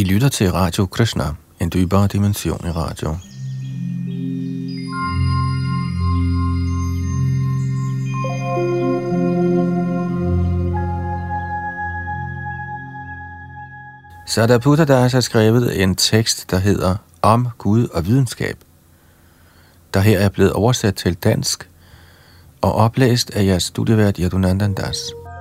lytter til Radio Krishna, en dybere dimension i radio. Sariputta Das har skrevet en tekst, der hedder Om Gud og videnskab, der her er blevet oversat til dansk og oplæst af jeres studievært Yadunandan Das.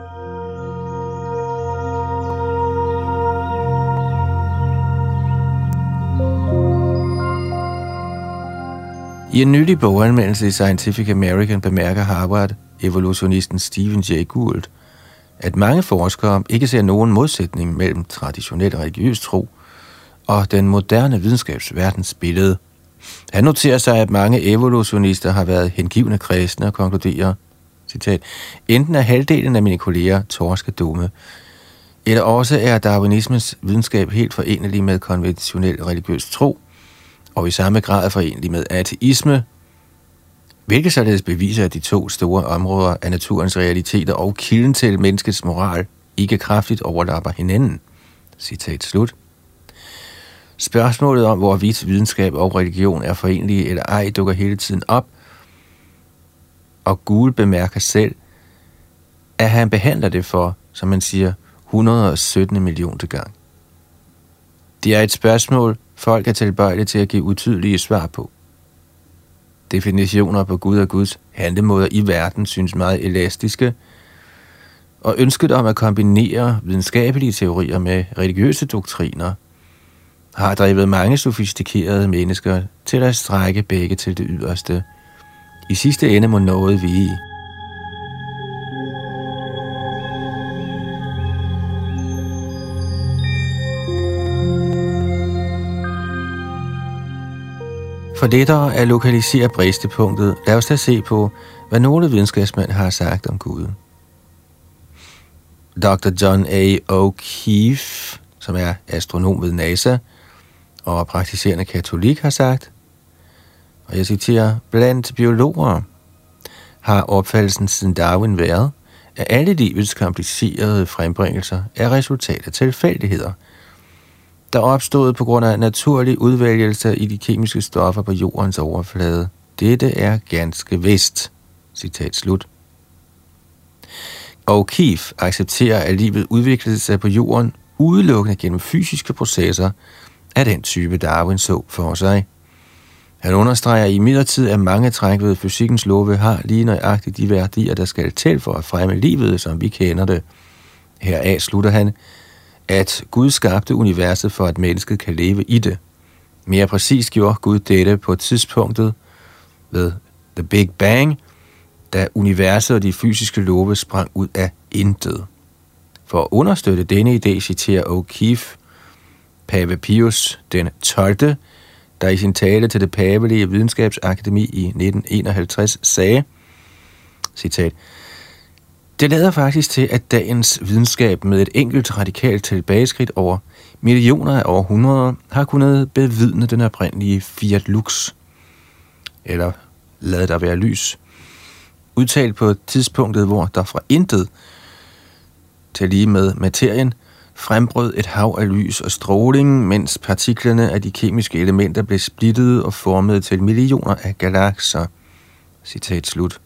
I en nylig boganmeldelse i Scientific American bemærker Harvard-evolutionisten Stephen Jay Gould, at mange forskere ikke ser nogen modsætning mellem traditionel religiøs tro og den moderne videnskabsverdens billede. Han noterer sig, at mange evolutionister har været hengivne kristne og konkluderer, citat, enten er halvdelen af mine kolleger torske dumme, eller også er darwinismens videnskab helt forenelig med konventionel religiøs tro, og i samme grad forenelig med ateisme, hvilket således beviser, at de to store områder af naturens realiteter og kilden til menneskets moral ikke kraftigt overlapper hinanden. Citat slut. Spørgsmålet om, hvorvidt videnskab og religion er forenlige eller ej, dukker hele tiden op, og Gould bemærker selv, at han behandler det for, som man siger, 117 millioner gang. Det er et spørgsmål, folk er tilbøjelige til at give utydelige svar på. Definitioner på Gud og Guds handlemåder i verden synes meget elastiske, og ønsket om at kombinere videnskabelige teorier med religiøse doktriner har drevet mange sofistikerede mennesker til at strække begge til det yderste. I sidste ende må noget vige. For lettere at lokalisere bristepunktet, lad os da se på, hvad nogle videnskabsmænd har sagt om Gud. Dr. John A. O'Keefe, som er astronom ved NASA og praktiserende katolik, har sagt, og jeg citerer, blandt biologer har opfattelsen siden Darwin været, at alle livets komplicerede frembringelser er resultat af tilfældigheder, der opstod på grund af naturlig udvælgelse i de kemiske stoffer på jordens overflade. Dette er ganske vist. Citat slut. O'Keefe accepterer, at livet udviklede sig på jorden udelukkende gennem fysiske processer af den type Darwin så for sig. Han understreger imidlertid, at mange træk ved fysikkens love har lige nøjagtigt de værdier, der skal til for at fremme livet, som vi kender det. Heraf slutter han, at Gud skabte universet for, at mennesket kan leve i det. Mere præcist gjorde Gud dette på tidspunktet ved The Big Bang, da universet og de fysiske love sprang ud af intet. For at understøtte denne idé citerer O'Keefe Pave Pius den 12., der i sin tale til det pavelige videnskabsakademi i 1951 sagde, citat, det lader faktisk til, at dagens videnskab med et enkelt radikalt tilbageskridt over millioner af århundreder har kunnet bevidne den oprindelige Fiat Lux, eller lad der være lys, udtalt på tidspunktet, hvor der fra intet til lige med materien frembrød et hav af lys og stråling, mens partiklerne af de kemiske elementer blev splittet og formet til millioner af galakser. Citat slut.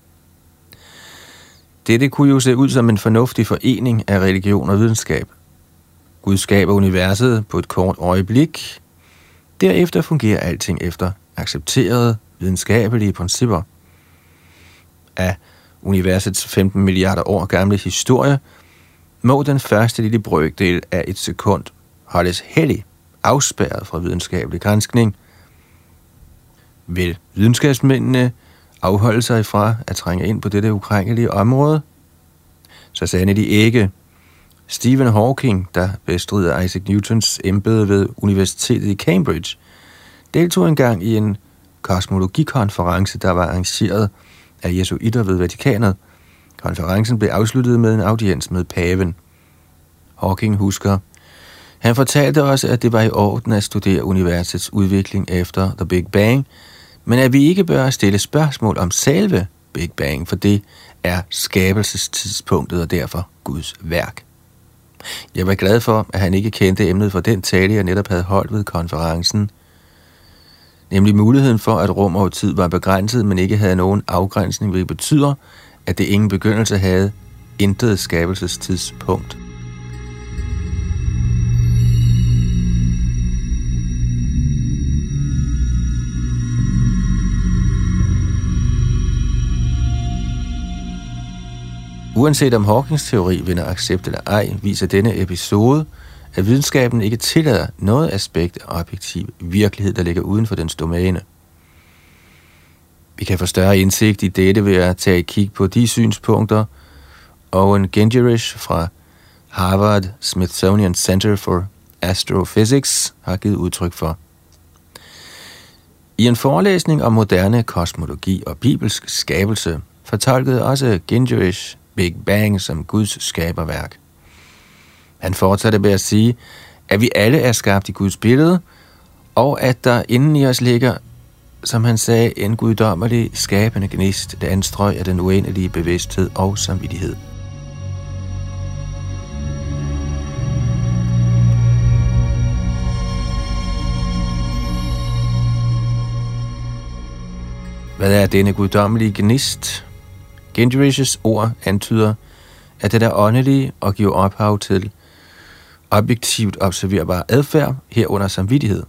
Dette kunne jo se ud som en fornuftig forening af religion og videnskab. Gud skaber universet på et kort øjeblik. Derefter fungerer alting efter accepterede videnskabelige principper. Af universets 15 milliarder år gamle historie må den første lille brøkdel af et sekund holdes hellig, afspærret fra videnskabelig granskning. Vil videnskabsmændene afholde sig fra at trænge ind på dette ukrænkelige område? Så sandelig de ikke. Stephen Hawking, der bestrider Isaac Newtons embede ved Universitetet i Cambridge, deltog engang i en kosmologikonference, der var arrangeret af jesuitter ved Vatikanet. Konferencen blev afsluttet med en audiens med paven. Hawking husker, han fortalte også, at det var i orden at studere universets udvikling efter The Big Bang, men at vi ikke bør stille spørgsmål om selve Big Bang, for det er skabelsestidspunktet og derfor Guds værk. Jeg var glad for, at han ikke kendte emnet for den tale, jeg netop havde holdt ved konferencen, nemlig muligheden for, at rum og tid var begrænset, men ikke havde nogen afgrænsning, hvilket betyder, at det ingen begyndelse havde, intet skabelsestidspunkt. Uanset om Hawkings teori vinder accept eller ej, viser denne episode, at videnskaben ikke tillader noget aspekt af objektiv virkelighed, der ligger uden for dens domæne. Vi kan få større indsigt i dette ved at tage et kig på de synspunkter, Owen Gingerich fra Harvard Smithsonian Center for Astrophysics har givet udtryk for. I en forelæsning om moderne kosmologi og bibelsk skabelse fortolkede også Gingerich Big Bang som Guds skaberværk. Han fortsatte med at sige, at vi alle er skabt i Guds billede, og at der inden i os ligger, som han sagde, en guddommelig skabende gnist, der anstrøg af den uendelige bevidsthed og samvittighed. Hvad er denne guddommelige gnist? Gingerichs ord antyder, at den er åndelig og giver ophav til objektivt observerbar adfærd, herunder samvittighed.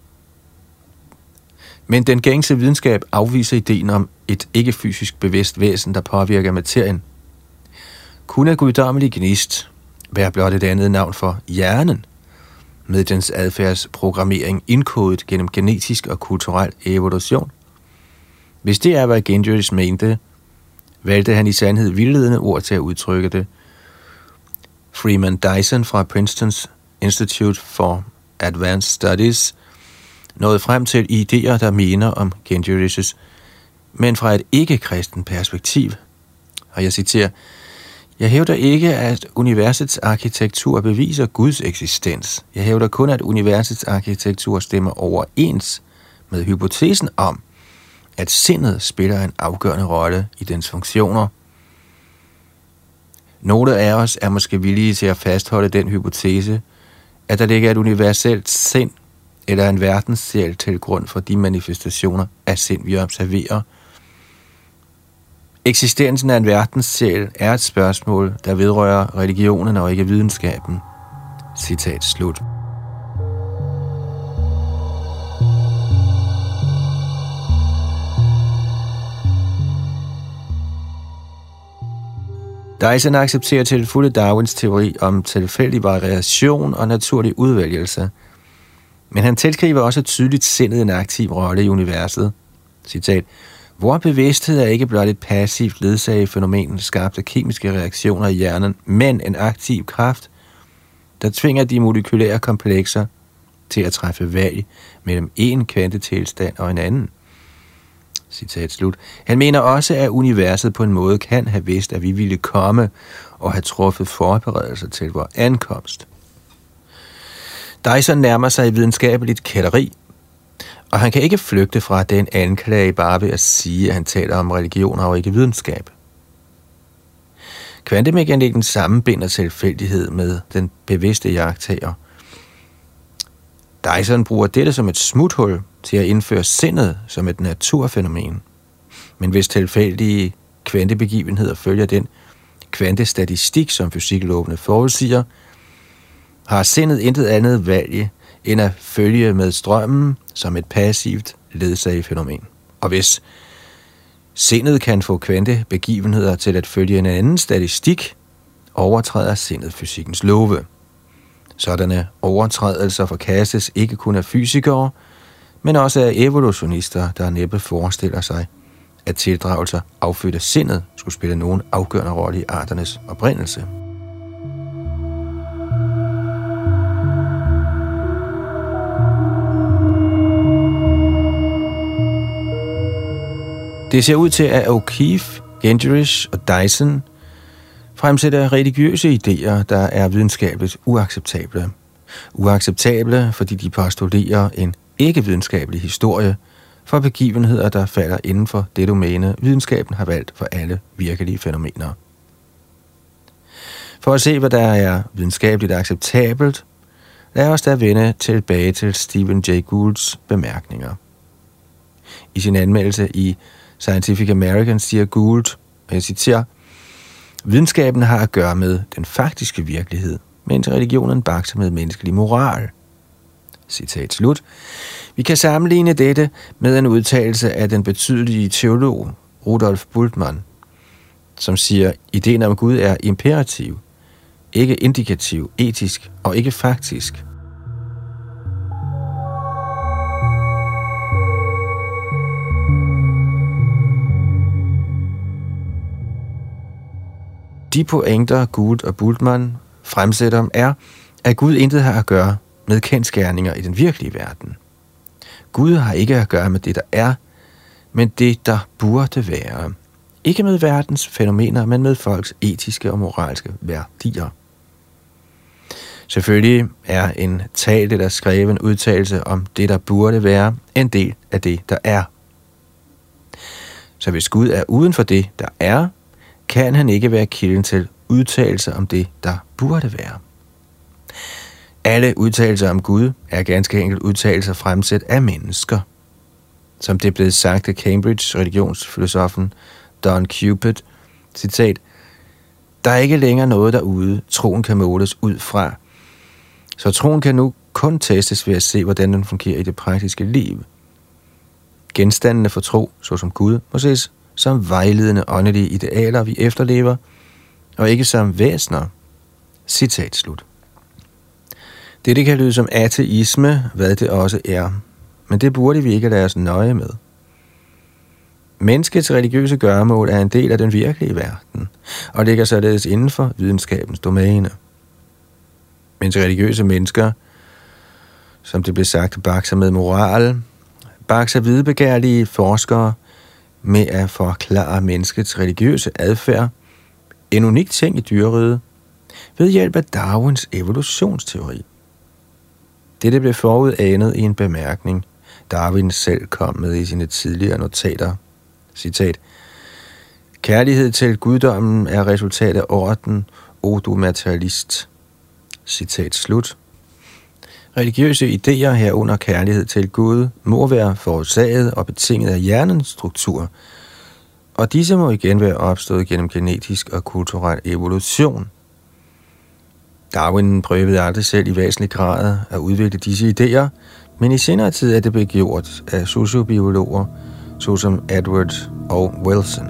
Men den gængse videnskab afviser ideen om et ikke-fysisk bevidst væsen, der påvirker materien. Kunne guddommelig gnist være blot et andet navn for hjernen, med dens adfærdsprogrammering indkodet gennem genetisk og kulturel evolution? Hvis det er, hvad Gingerich mente, valgte han i sandhed vildledende ord til at udtrykke det. Freeman Dyson fra Princeton's Institute for Advanced Studies nåede frem til idéer, der minder om Gingerichs, men fra et ikke-kristen perspektiv. Og jeg citerer, jeg hævder ikke, at universets arkitektur beviser Guds eksistens. Jeg hævder kun, at universets arkitektur stemmer overens med hypotesen om, at sindet spiller en afgørende rolle i dens funktioner. Nogle af os er måske villige til at fastholde den hypotese, at der ligger et universelt sind eller en verdenssjæl til grund for de manifestationer af sind, vi observerer. Eksistensen af en verdenssjæl er et spørgsmål, der vedrører religionen og ikke videnskaben. Citat slut. Dyson accepterer til fulde Darwins teori om tilfældig variation og naturlig udvælgelse, men han tilskriver også tydeligt sindet en aktiv rolle i universet. Citat, hvor bevidsthed er ikke blot et passivt ledsagefænomen skabt af kemiske reaktioner i hjernen, men en aktiv kraft, der tvinger de molekylære komplekser til at træffe valg mellem en kvantetilstand og en anden. Citat slut. Han mener også, at universet på en måde kan have vidst, at vi ville komme og have truffet forberedelser til vor ankomst. Dyson nærmer sig i videnskabeligt kætteri, og han kan ikke flygte fra den anklage bare ved at sige, at han taler om religioner og ikke videnskab. Kvantemekanikken sammenbinder tilfældighed med den bevidste iagttager. Dyson bruger dette som et smuthul til at indføre sindet som et naturfænomen. Men hvis tilfældige kvantebegivenheder følger den kvantestatistik, som fysiklovene forudsiger, har sindet intet andet valg end at følge med strømmen som et passivt ledsagefænomen. Og hvis sindet kan få kvantebegivenheder til at følge en anden statistik, overtræder sindet fysikkens love. Sådanne overtrædelser forkastes ikke kun af fysikere, men også af evolutionister, der næppe forestiller sig, at tildragelser affødt af sindet skulle spille nogen afgørende rolle i arternes oprindelse. Det ser ud til, at O'Keefe, Gingerich og Dyson fremsætter religiøse idéer, der er videnskabeligt uacceptable. Uacceptable, fordi de postulerer en ikke-videnskabelig historie for begivenheder, der falder inden for det domæne, videnskaben har valgt for alle virkelige fænomener. For at se, hvad der er videnskabeligt acceptabelt, lad os da vende tilbage til Stephen Jay Goulds bemærkninger. I sin anmeldelse i Scientific American siger Gould, og jeg citerer, videnskaben har at gøre med den faktiske virkelighed, mens religionen bakser med menneskelig moral. Citat slut. Vi kan sammenligne dette med en udtalelse af den betydelige teolog Rudolf Bultmann, som siger, ideen om Gud er imperativ, ikke indikativ, etisk og ikke faktisk. De pointer, Gould og Bultmann fremsætter, er, at Gud intet har at gøre med kendsgerninger i den virkelige verden. Gud har ikke at gøre med det, der er, men det, der burde være. Ikke med verdens fænomener, men med folks etiske og moralske værdier. Selvfølgelig er en talt eller skreven udtalelse om det, der burde være, en del af det, der er. Så hvis Gud er uden for det, der er, kan han ikke være kilden til udtalelser om det, der burde være. Alle udtalelser om Gud er ganske enkelt udtalelser fremsat af mennesker. Som det er blevet sagt af Cambridge religionsfilosofen Don Cupid, citat, der er ikke længere noget derude, troen kan måles ud fra. Så troen kan nu kun testes ved at se, hvordan den fungerer i det praktiske liv. Genstandene for tro, såsom Gud, må ses som vejledende åndelige idealer, vi efterlever, og ikke som væsener. Citat slut. Dette kan lyde som ateisme, hvad det også er, men det burde vi ikke lade os nøje med. Menneskets religiøse gøremål er en del af den virkelige verden, og ligger således inden for videnskabens domæne. Mens religiøse mennesker, som det blev sagt, bakser med moral, bakser videbegærlige forskere med at forklare menneskets religiøse adfærd, en unik ting i dyreriget, ved hjælp af Darwins evolutionsteori. Dette blev forudanet i en bemærkning, Darwin selv kom med i sine tidligere notater. Citat. Kærlighed til guddommen er resultat af orden, odo materialist. Citat slut. Religiøse idéer herunder kærlighed til Gud må være forårsaget og betinget af hjernens struktur, og disse må igen være opstået gennem genetisk og kulturel evolution. Darwin prøvede aldrig selv i væsentlig grad at udvikle disse idéer, men i senere tid er det blevet gjort af sociobiologer, såsom Edward og Wilson.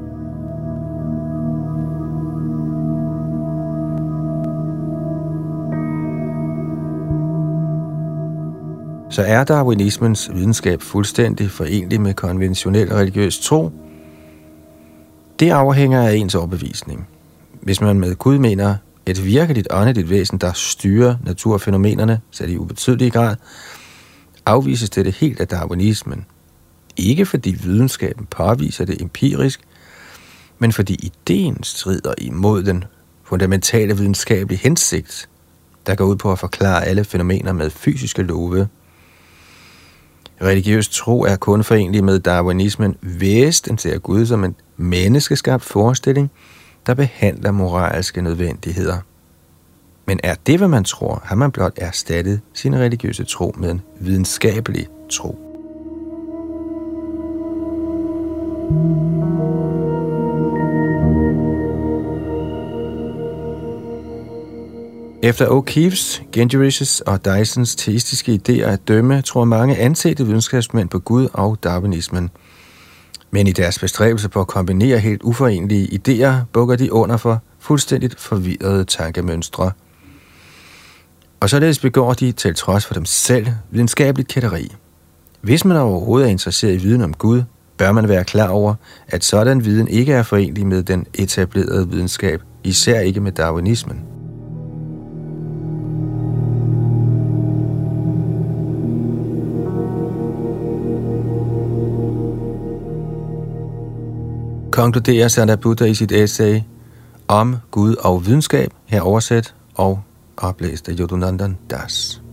Så er darwinismens videnskab fuldstændig forenlig med konventionel religiøs tro? Det afhænger af ens overbevisning. Hvis man med Gud mener et virkeligt åndeligt væsen, der styrer naturfænomenerne, selv i ubetydelig grad, afvises det helt af darwinismen. Ikke fordi videnskaben påviser det empirisk, men fordi ideen strider imod den fundamentale videnskabelige hensigt, der går ud på at forklare alle fænomener med fysiske love. Religiøs tro er kun forenlig med darwinismen, hvis den ser Gud som en menneskeskabt forestilling, der behandler moralske nødvendigheder. Men er det, hvad man tror, har man blot erstattet sin religiøse tro med en videnskabelig tro. Efter O'Keeffes, Gingerish's og Dysons teistiske idéer at dømme, tror mange ansete videnskabsmænd på Gud og darwinismen. Men i deres bestræbelse på at kombinere helt uforenelige idéer, bukker de under for fuldstændigt forvirrede tankemønstre. Og således begår de, til trods for dem selv, videnskabeligt kætteri. Hvis man overhovedet er interesseret i viden om Gud, bør man være klar over, at sådan viden ikke er forenelig med den etablerede videnskab, især ikke med darwinismen. Konkluderer Sariputta i sit essay om Gud og videnskab, her oversat og oplæst af Yadunandan Das.